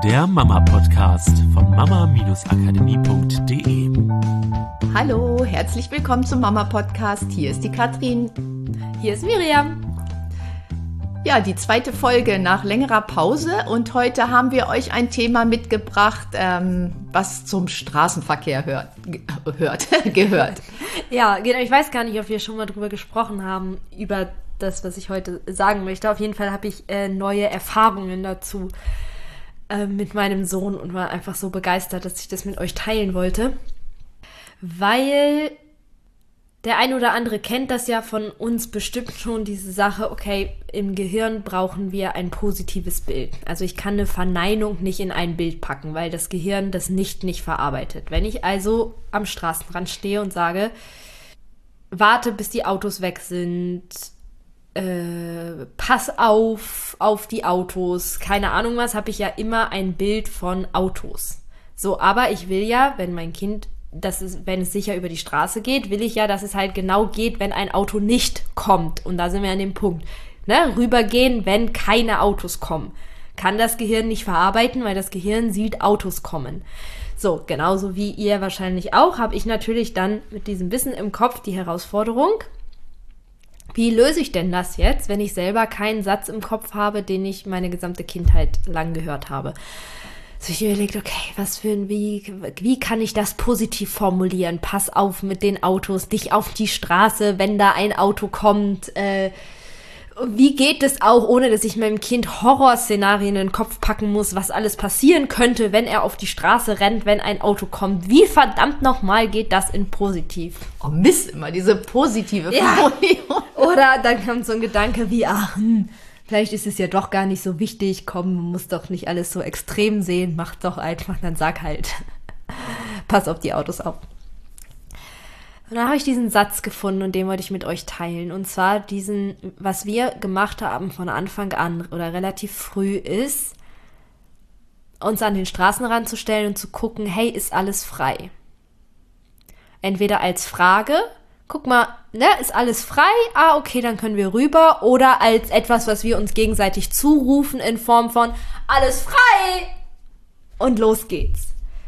Der Mama-Podcast von mama-akademie.de. Hallo, herzlich willkommen zum Mama-Podcast. Hier ist die Katrin. Hier ist Miriam. Ja, die zweite Folge nach längerer Pause und heute haben wir euch ein Thema mitgebracht, was zum Straßenverkehr gehört. Ja, genau. Ich weiß gar nicht, ob wir schon mal drüber gesprochen haben, über das, was ich heute sagen möchte. Auf jeden Fall habe ich neue Erfahrungen dazu mit meinem Sohn und war einfach so begeistert, dass ich das mit euch teilen wollte. Weil der ein oder andere kennt das ja von uns bestimmt schon, diese Sache, okay, im Gehirn brauchen wir ein positives Bild. Also ich kann eine Verneinung nicht in ein Bild packen, weil das Gehirn das nicht verarbeitet. Wenn ich also am Straßenrand stehe und sage, warte, bis die Autos weg sind, pass auf die Autos, keine Ahnung was, habe ich ja immer ein Bild von Autos. So, aber ich will ja, wenn mein Kind, wenn es sicher über die Straße geht, will ich ja, dass es halt genau geht, wenn ein Auto nicht kommt. Und da sind wir an dem Punkt. Ne? Rübergehen, wenn keine Autos kommen. Kann das Gehirn nicht verarbeiten, weil das Gehirn sieht Autos kommen. So, genauso wie ihr wahrscheinlich auch, habe ich natürlich dann mit diesem Wissen im Kopf die Herausforderung, wie löse ich denn das jetzt, wenn ich selber keinen Satz im Kopf habe, den ich meine gesamte Kindheit lang gehört habe? So, ich überlegt, okay, wie kann ich das positiv formulieren? Pass auf mit den Autos, nicht auf die Straße, wenn da ein Auto kommt. Wie geht es auch, ohne dass ich meinem Kind Horrorszenarien in den Kopf packen muss, was alles passieren könnte, wenn er auf die Straße rennt, wenn ein Auto kommt? Wie verdammt nochmal geht das in positiv? Oh Mist, immer diese positive Formulierung. Ja. Oder dann kommt so ein Gedanke wie, vielleicht ist es ja doch gar nicht so wichtig, komm, man muss doch nicht alles so extrem sehen, mach doch einfach, dann sag halt, pass auf die Autos auf. Und dann habe ich diesen Satz gefunden und den wollte ich mit euch teilen. Und zwar diesen, was wir gemacht haben von Anfang an oder relativ früh ist, uns an den Straßenrand zu stellen und zu gucken, hey, ist alles frei? Entweder als Frage, guck mal, ne, ist alles frei? Ah, okay, dann können wir rüber. Oder als etwas, was wir uns gegenseitig zurufen in Form von, alles frei! Und los geht's.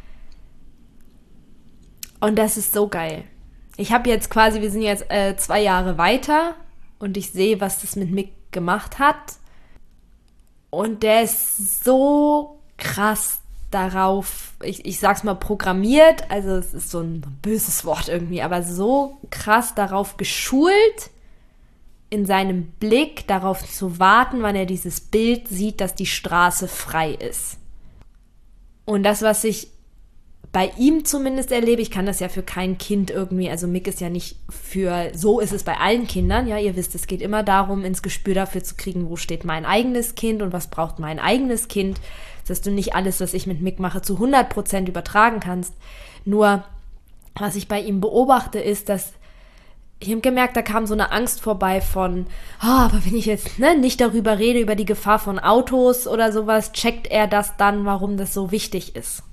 Und das ist so geil. Ich habe jetzt quasi, wir sind jetzt 2 Jahre weiter und ich sehe, was das mit Mick gemacht hat. Und der ist so krass darauf, ich sag's mal programmiert, also es ist so ein böses Wort irgendwie, aber so krass darauf geschult, in seinem Blick darauf zu warten, wann er dieses Bild sieht, dass die Straße frei ist. Und das, was ich bei ihm zumindest erlebe, ich kann das ja für kein Kind irgendwie, also Mick ist ja nicht so ist es bei allen Kindern, ja, ihr wisst, es geht immer darum, ins Gespür dafür zu kriegen, wo steht mein eigenes Kind und was braucht mein eigenes Kind, dass du nicht alles, was ich mit Mick mache, zu 100% übertragen kannst. Nur, was ich bei ihm beobachte, ist, dass ich habe gemerkt, da kam so eine Angst vorbei von, aber wenn ich jetzt nicht darüber rede, über die Gefahr von Autos oder sowas, checkt er das dann, warum das so wichtig ist.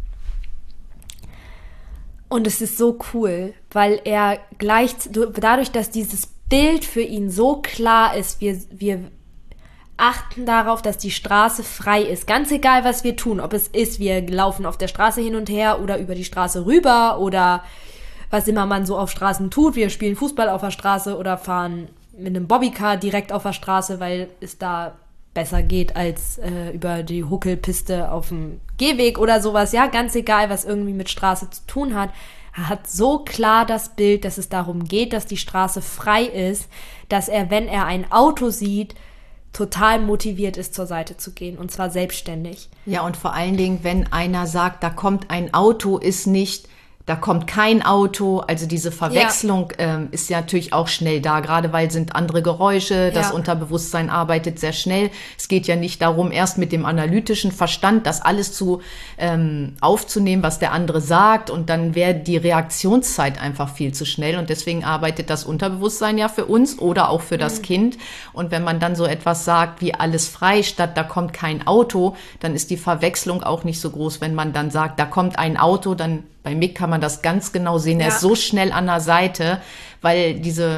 Und es ist so cool, weil er dadurch, dass dieses Bild für ihn so klar ist, wir achten darauf, dass die Straße frei ist. Ganz egal, was wir tun. Ob es ist, wir laufen auf der Straße hin und her oder über die Straße rüber oder was immer man so auf Straßen tut. Wir spielen Fußball auf der Straße oder fahren mit einem Bobbycar direkt auf der Straße, weil es da besser geht als über die Huckelpiste auf dem Gehweg oder sowas. Ja, ganz egal, was irgendwie mit Straße zu tun hat. Er hat so klar das Bild, dass es darum geht, dass die Straße frei ist, dass er, wenn er ein Auto sieht, total motiviert ist, zur Seite zu gehen, und zwar selbstständig. Ja, und vor allen Dingen, wenn einer sagt, da kommt ein Auto, ist nicht, da kommt kein Auto, also diese Verwechslung ist ja natürlich auch schnell da, gerade weil sind andere Geräusche, das Unterbewusstsein arbeitet sehr schnell. Es geht ja nicht darum, erst mit dem analytischen Verstand das alles aufzunehmen, was der andere sagt, und dann wäre die Reaktionszeit einfach viel zu schnell, und deswegen arbeitet das Unterbewusstsein ja für uns oder auch für das Kind, und wenn man dann so etwas sagt wie alles frei statt da kommt kein Auto, dann ist die Verwechslung auch nicht so groß. Wenn man dann sagt, da kommt ein Auto, dann bei Mick kann man das ganz genau sehen. Er ist so schnell an der Seite, weil diese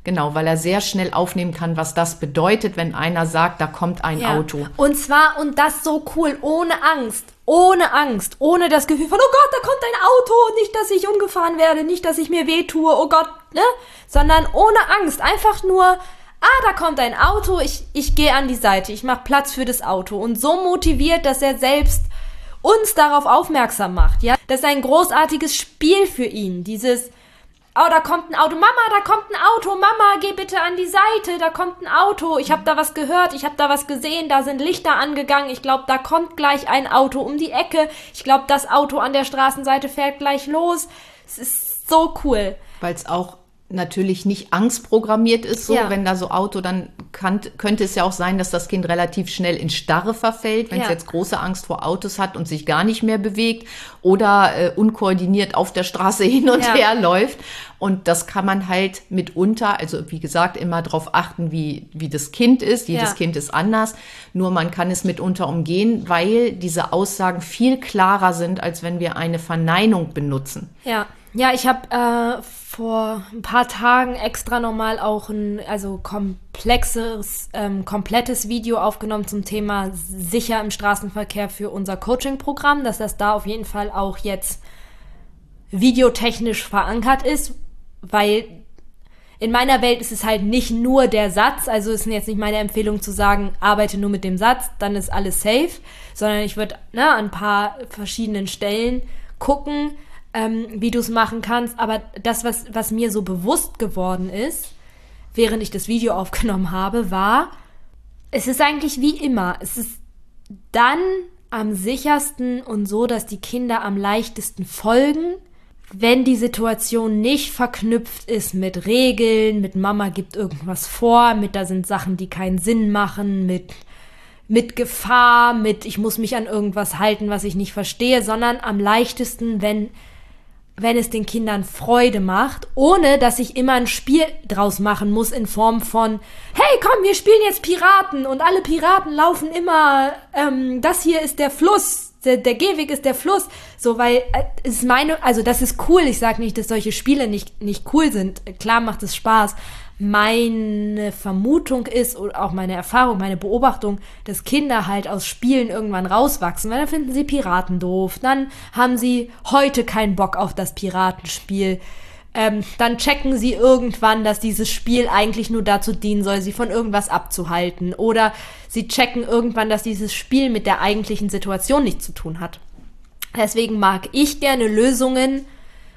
Genau, weil er sehr schnell aufnehmen kann, was das bedeutet, wenn einer sagt, da kommt ein Auto. Und das so cool, ohne Angst, ohne das Gefühl von, oh Gott, da kommt ein Auto, nicht, dass ich umgefahren werde, nicht, dass ich mir wehtue, oh Gott, ne? Sondern ohne Angst, einfach nur, da kommt ein Auto, ich gehe an die Seite, ich mache Platz für das Auto und so motiviert, dass er selbst uns darauf aufmerksam macht, ja? Das ist ein großartiges Spiel für ihn, dieses, oh, da kommt ein Auto. Mama, da kommt ein Auto. Mama, geh bitte an die Seite. Da kommt ein Auto. Ich habe da was gehört. Ich habe da was gesehen. Da sind Lichter angegangen. Ich glaube, da kommt gleich ein Auto um die Ecke. Ich glaube, das Auto an der Straßenseite fährt gleich los. Es ist so cool. Weil es auch natürlich nicht angstprogrammiert ist, so wenn da so Auto, dann könnte es ja auch sein, dass das Kind relativ schnell in Starre verfällt, wenn es jetzt große Angst vor Autos hat und sich gar nicht mehr bewegt oder unkoordiniert auf der Straße hin und her läuft. Und das kann man halt mitunter, also wie gesagt, immer darauf achten, wie das Kind ist. Jedes Kind ist anders. Nur man kann es mitunter umgehen, weil diese Aussagen viel klarer sind, als wenn wir eine Verneinung benutzen. Ja, ich habe vor ein paar Tagen extra nochmal auch ein komplettes Video aufgenommen zum Thema sicher im Straßenverkehr für unser Coaching-Programm, dass das da auf jeden Fall auch jetzt videotechnisch verankert ist, weil in meiner Welt ist es halt nicht nur der Satz, also ist jetzt nicht meine Empfehlung zu sagen, arbeite nur mit dem Satz, dann ist alles safe, sondern ich würde an ein paar verschiedenen Stellen gucken, wie du es machen kannst. Aber das, was mir so bewusst geworden ist, während ich das Video aufgenommen habe, war, es ist eigentlich wie immer. Es ist dann am sichersten und so, dass die Kinder am leichtesten folgen, wenn die Situation nicht verknüpft ist mit Regeln, mit Mama gibt irgendwas vor, mit da sind Sachen, die keinen Sinn machen, mit Gefahr, mit ich muss mich an irgendwas halten, was ich nicht verstehe, sondern am leichtesten, wenn es den Kindern Freude macht, ohne dass ich immer ein Spiel draus machen muss in Form von, hey, komm, wir spielen jetzt Piraten und alle Piraten laufen immer, das hier ist der Fluss, der Gehweg ist der Fluss, so, weil das ist cool, ich sage nicht, dass solche Spiele nicht cool sind, klar macht es Spaß. Meine Vermutung ist, oder auch meine Erfahrung, meine Beobachtung, dass Kinder halt aus Spielen irgendwann rauswachsen, weil dann finden sie Piraten doof, dann haben sie heute keinen Bock auf das Piratenspiel, dann checken sie irgendwann, dass dieses Spiel eigentlich nur dazu dienen soll, sie von irgendwas abzuhalten, oder sie checken irgendwann, dass dieses Spiel mit der eigentlichen Situation nichts zu tun hat. Deswegen mag ich gerne Lösungen,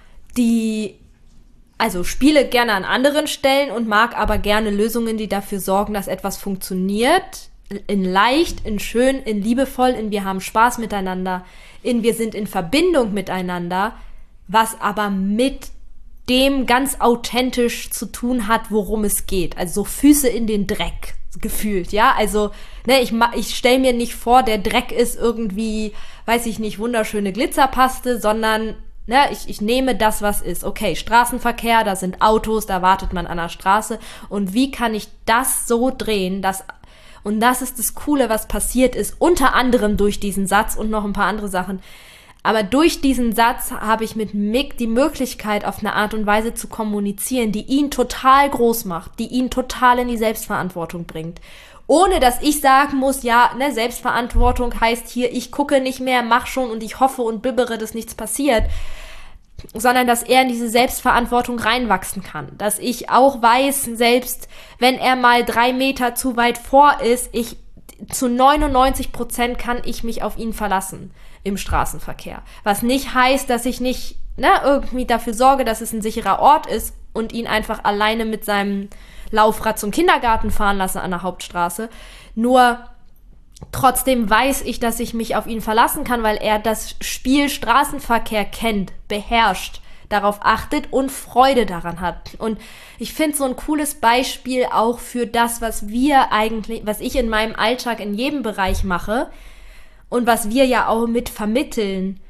spiele gerne an anderen Stellen und mag aber gerne Lösungen, die dafür sorgen, dass etwas funktioniert. In leicht, in schön, in liebevoll, in wir haben Spaß miteinander, in wir sind in Verbindung miteinander, was aber mit dem ganz authentisch zu tun hat, worum es geht. Also so Füße in den Dreck gefühlt, ja. Also, ich stelle mir nicht vor, der Dreck ist irgendwie, weiß ich nicht, wunderschöne Glitzerpaste, sondern ich nehme das, was ist. Okay, Straßenverkehr, da sind Autos, da wartet man an der Straße. Und wie kann ich das so drehen, und das ist das Coole, was passiert ist, unter anderem durch diesen Satz und noch ein paar andere Sachen. Aber durch diesen Satz habe ich mit Mick die Möglichkeit, auf eine Art und Weise zu kommunizieren, die ihn total groß macht, die ihn total in die Selbstverantwortung bringt. Ohne, dass ich sagen muss, Selbstverantwortung heißt hier, ich gucke nicht mehr, mach schon und ich hoffe und bibbere, dass nichts passiert. Sondern, dass er in diese Selbstverantwortung reinwachsen kann. Dass ich auch weiß, selbst wenn er mal 3 Meter zu weit vor ist, zu 99% kann ich mich auf ihn verlassen im Straßenverkehr. Was nicht heißt, dass ich nicht irgendwie dafür sorge, dass es ein sicherer Ort ist und ihn einfach alleine mit seinem Laufrad zum Kindergarten fahren lasse an der Hauptstraße. Nur trotzdem weiß ich, dass ich mich auf ihn verlassen kann, weil er das Spiel Straßenverkehr kennt, beherrscht, darauf achtet und Freude daran hat. Und ich finde so ein cooles Beispiel auch für das, was ich in meinem Alltag in jedem Bereich mache und was wir ja auch mit vermitteln.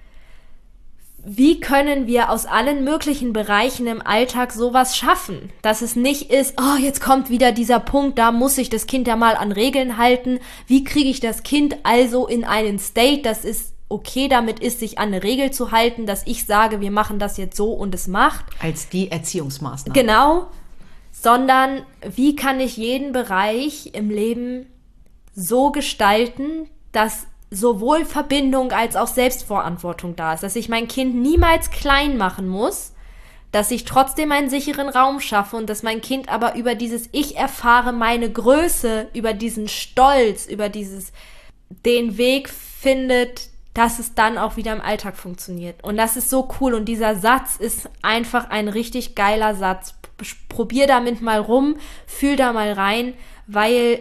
Wie können wir aus allen möglichen Bereichen im Alltag sowas schaffen? Dass es nicht ist, jetzt kommt wieder dieser Punkt, da muss sich das Kind ja mal an Regeln halten. Wie kriege ich das Kind also in einen State, dass es okay damit ist, sich an eine Regel zu halten, dass ich sage, wir machen das jetzt so und es macht? Als die Erziehungsmaßnahme. Genau. sondern wie kann ich jeden Bereich im Leben so gestalten, dass sowohl Verbindung als auch Selbstverantwortung da ist, dass ich mein Kind niemals klein machen muss, dass ich trotzdem einen sicheren Raum schaffe und dass mein Kind aber über dieses Ich erfahre meine Größe, über diesen Stolz, über den Weg findet, dass es dann auch wieder im Alltag funktioniert. Und das ist so cool und dieser Satz ist einfach ein richtig geiler Satz. Probier damit mal rum, fühl da mal rein, weil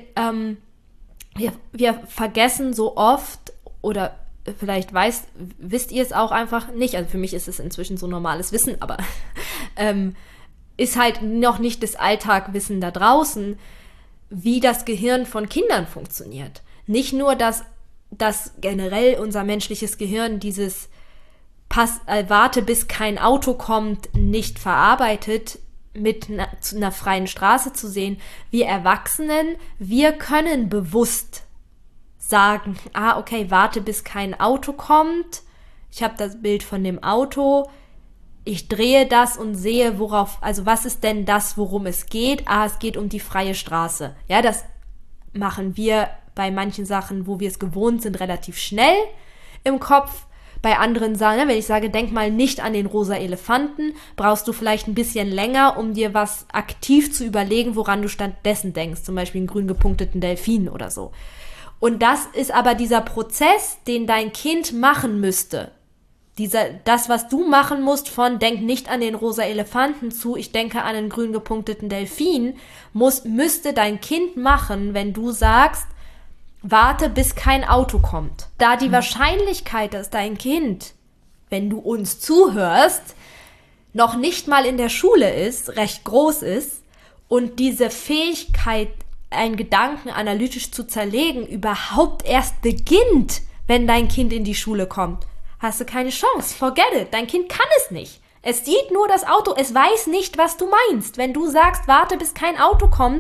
wir vergessen so oft oder vielleicht wisst ihr es auch einfach nicht, also für mich ist es inzwischen so normales Wissen, aber ist halt noch nicht das Alltagwissen da draußen, wie das Gehirn von Kindern funktioniert. Nicht nur, dass generell unser menschliches Gehirn dieses warte bis kein Auto kommt, nicht verarbeitet, mit einer freien Straße zu sehen. Wir Erwachsenen, wir können bewusst sagen, okay, warte bis kein Auto kommt, ich habe das Bild von dem Auto, ich drehe das und sehe, was ist denn das, worum es geht? Es geht um die freie Straße. Ja, das machen wir bei manchen Sachen, wo wir es gewohnt sind, relativ schnell im Kopf. Bei anderen Sachen, wenn ich sage, denk mal nicht an den rosa Elefanten, brauchst du vielleicht ein bisschen länger, um dir was aktiv zu überlegen, woran du stattdessen denkst. Zum Beispiel einen grün gepunkteten Delfin oder so. Und das ist aber dieser Prozess, den dein Kind machen müsste. Das, was du machen musst von denk nicht an den rosa Elefanten zu, ich denke an einen grün gepunkteten Delfin, müsste dein Kind machen, wenn du sagst, warte, bis kein Auto kommt. Da die Wahrscheinlichkeit, dass dein Kind, wenn du uns zuhörst, noch nicht mal in der Schule ist, recht groß ist und diese Fähigkeit, einen Gedanken analytisch zu zerlegen, überhaupt erst beginnt, wenn dein Kind in die Schule kommt, hast du keine Chance. Forget it. Dein Kind kann es nicht. Es sieht nur das Auto. Es weiß nicht, was du meinst. Wenn du sagst, warte, bis kein Auto kommt,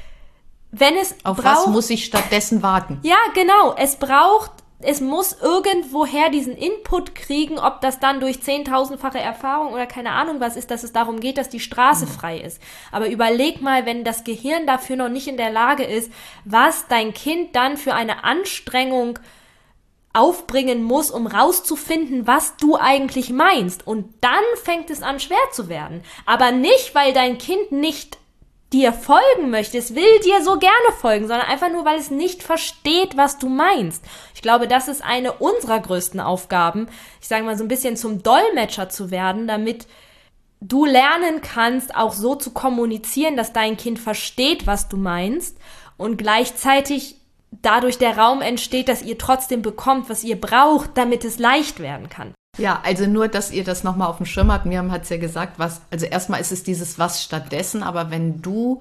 auf was muss ich stattdessen warten? Ja, genau. Es muss irgendwoher diesen Input kriegen, ob das dann durch 10.000-fache Erfahrung oder keine Ahnung was ist, dass es darum geht, dass die Straße frei ist. Aber überleg mal, wenn das Gehirn dafür noch nicht in der Lage ist, was dein Kind dann für eine Anstrengung aufbringen muss, um rauszufinden, was du eigentlich meinst. Und dann fängt es an, schwer zu werden. Aber nicht, weil dein Kind nicht dir folgen möchte, es will dir so gerne folgen, sondern einfach nur, weil es nicht versteht, was du meinst. Ich glaube, das ist eine unserer größten Aufgaben, ich sage mal so ein bisschen zum Dolmetscher zu werden, damit du lernen kannst, auch so zu kommunizieren, dass dein Kind versteht, was du meinst und gleichzeitig dadurch der Raum entsteht, dass ihr trotzdem bekommt, was ihr braucht, damit es leicht werden kann. Ja, also nur, dass ihr das nochmal auf dem Schirm habt. Miriam hat es ja gesagt, also erstmal ist es dieses was stattdessen, aber wenn du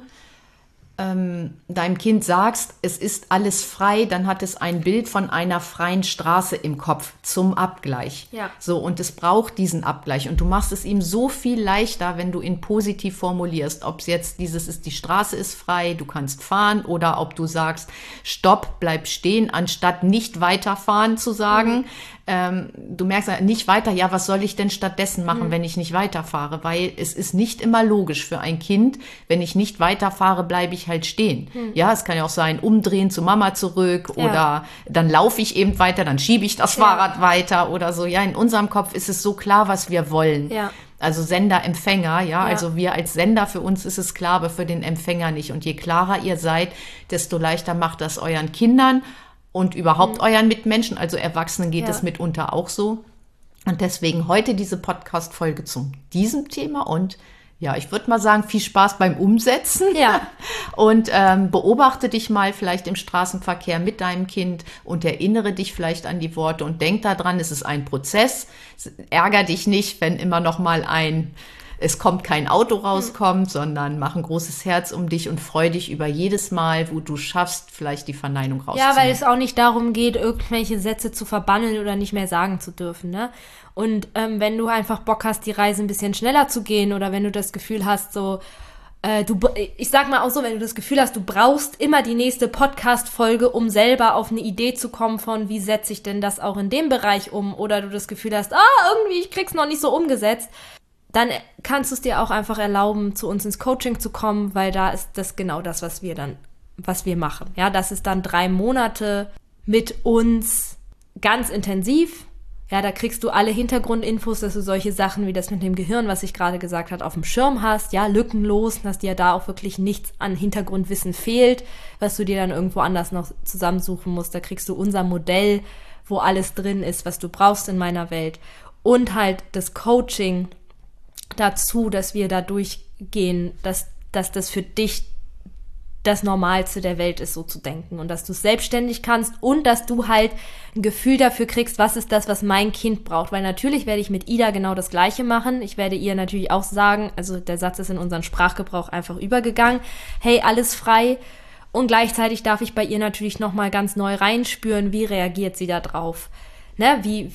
deinem Kind sagst, es ist alles frei, dann hat es ein Bild von einer freien Straße im Kopf zum Abgleich. Ja. So, und es braucht diesen Abgleich. Und du machst es ihm so viel leichter, wenn du ihn positiv formulierst. Ob es jetzt die Straße ist frei, du kannst fahren, oder ob du sagst, stopp, bleib stehen, anstatt nicht weiterfahren zu sagen. Du merkst nicht weiter, ja, was soll ich denn stattdessen machen, wenn ich nicht weiterfahre? Weil es ist nicht immer logisch für ein Kind, wenn ich nicht weiterfahre, bleibe ich halt stehen. Ja, es kann ja auch sein, umdrehen zu Mama zurück oder dann laufe ich eben weiter, dann schiebe ich das Fahrrad weiter oder so. Ja, in unserem Kopf ist es so klar, was wir wollen. Ja. Also Sender, Empfänger, ja, also wir als Sender, für uns ist es klar, aber für den Empfänger nicht. Und je klarer ihr seid, desto leichter macht das euren Kindern und überhaupt euren Mitmenschen, also Erwachsenen geht es mitunter auch so. Und deswegen heute diese Podcast-Folge zu diesem Thema und ja, ich würde mal sagen, viel Spaß beim Umsetzen. Ja. Und beobachte dich mal vielleicht im Straßenverkehr mit deinem Kind und erinnere dich vielleicht an die Worte und denk daran, es ist ein Prozess. Ärger dich nicht, wenn immer noch mal es kommt kein Auto rauskommt, sondern mach ein großes Herz um dich und freu dich über jedes Mal, wo du schaffst, vielleicht die Verneinung rauszunehmen. Ja, weil es auch nicht darum geht, irgendwelche Sätze zu verbannen oder nicht mehr sagen zu dürfen, ne? Und wenn du einfach Bock hast, die Reise ein bisschen schneller zu gehen oder wenn du das Gefühl hast, so, ich sag mal auch so, wenn du das Gefühl hast, du brauchst immer die nächste Podcast-Folge, um selber auf eine Idee zu kommen von, wie setze ich denn das auch in dem Bereich um? Oder du das Gefühl hast, irgendwie, ich krieg's noch nicht so umgesetzt, dann kannst du es dir auch einfach erlauben, zu uns ins Coaching zu kommen, weil da ist das genau das, was wir machen. Ja, das ist dann 3 Monate mit uns ganz intensiv. Ja, da kriegst du alle Hintergrundinfos, dass du solche Sachen wie das mit dem Gehirn, was ich gerade gesagt habe, auf dem Schirm hast, ja, lückenlos, dass dir da auch wirklich nichts an Hintergrundwissen fehlt, was du dir dann irgendwo anders noch zusammensuchen musst. Da kriegst du unser Modell, wo alles drin ist, was du brauchst in meiner Welt. Und halt das Coaching dazu, dass wir da durchgehen, dass das für dich das Normalste der Welt ist, so zu denken und dass du es selbstständig kannst und dass du halt ein Gefühl dafür kriegst, was ist das, was mein Kind braucht, weil natürlich werde ich mit Ida genau das Gleiche machen. Ich werde ihr natürlich auch sagen, also der Satz ist in unseren Sprachgebrauch einfach übergegangen, hey, alles frei, und gleichzeitig darf ich bei ihr natürlich nochmal ganz neu reinspüren, wie reagiert sie da drauf, ne, wie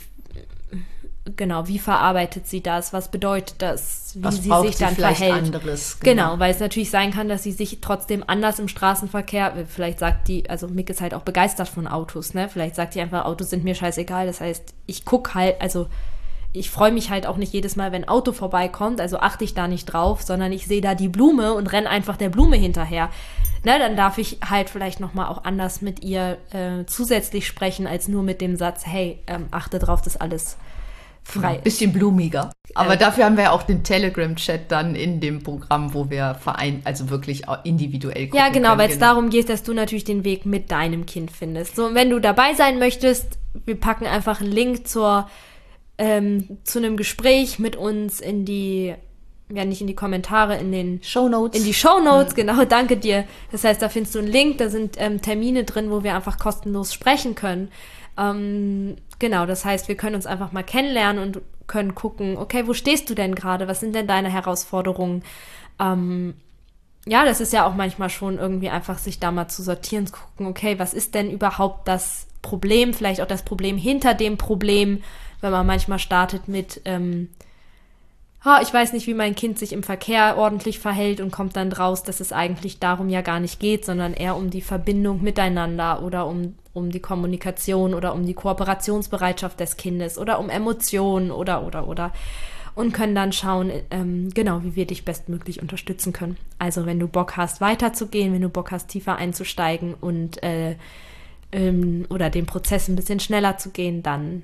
verarbeitet sie das? Was bedeutet das? Wie sie sich dann verhält? Anderes, genau, weil es natürlich sein kann, dass sie sich trotzdem anders im Straßenverkehr, vielleicht sagt die, also Mick ist halt auch begeistert von Autos, ne? Vielleicht sagt die einfach, Autos sind mir scheißegal. Das heißt, ich gucke halt, also ich freue mich halt auch nicht jedes Mal, wenn ein Auto vorbeikommt, also achte ich da nicht drauf, sondern ich sehe da die Blume und renne einfach der Blume hinterher. Ne, dann darf ich halt vielleicht nochmal auch anders mit ihr zusätzlich sprechen, als nur mit dem Satz, hey, achte drauf, dass alles frei. Ein bisschen blumiger. Aber dafür haben wir ja auch den Telegram-Chat dann in dem Programm, wo wir also wirklich individuell gucken. Ja, genau, weil es darum geht, dass du natürlich den Weg mit deinem Kind findest. So, und wenn du dabei sein möchtest, wir packen einfach einen Link zu einem Gespräch mit uns in die, ja, nicht in die Kommentare, in den Shownotes. In die Shownotes, genau, danke dir. Das heißt, da findest du einen Link, da sind Termine drin, wo wir einfach kostenlos sprechen können. Genau, das heißt, wir können uns einfach mal kennenlernen und können gucken, okay, wo stehst du denn gerade? Was sind denn deine Herausforderungen? Ja, das ist ja auch manchmal schon irgendwie einfach, sich da mal zu sortieren, zu gucken, okay, was ist denn überhaupt das Problem? Vielleicht auch das Problem hinter dem Problem, wenn man manchmal startet mit, ich weiß nicht, wie mein Kind sich im Verkehr ordentlich verhält und kommt dann draus, dass es eigentlich darum ja gar nicht geht, sondern eher um die Verbindung miteinander oder um die Kommunikation oder um die Kooperationsbereitschaft des Kindes oder um Emotionen oder. Und können dann schauen, genau, wie wir dich bestmöglich unterstützen können. Also wenn du Bock hast, weiterzugehen, wenn du Bock hast, tiefer einzusteigen und oder den Prozess ein bisschen schneller zu gehen, dann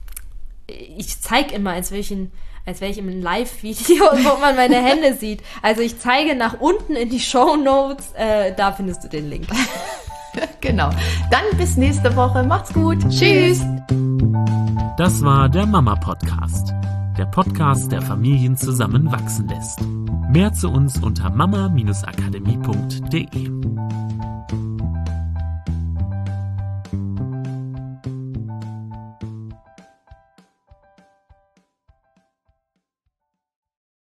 ich zeige immer, als wäre ich im Live-Video, wo man meine Hände sieht. Also ich zeige nach unten in die Shownotes, da findest du den Link. Genau. Dann bis nächste Woche. Macht's gut. Tschüss. Das war der Mama-Podcast. Der Podcast, der Familien zusammenwachsen lässt. Mehr zu uns unter mama-akademie.de.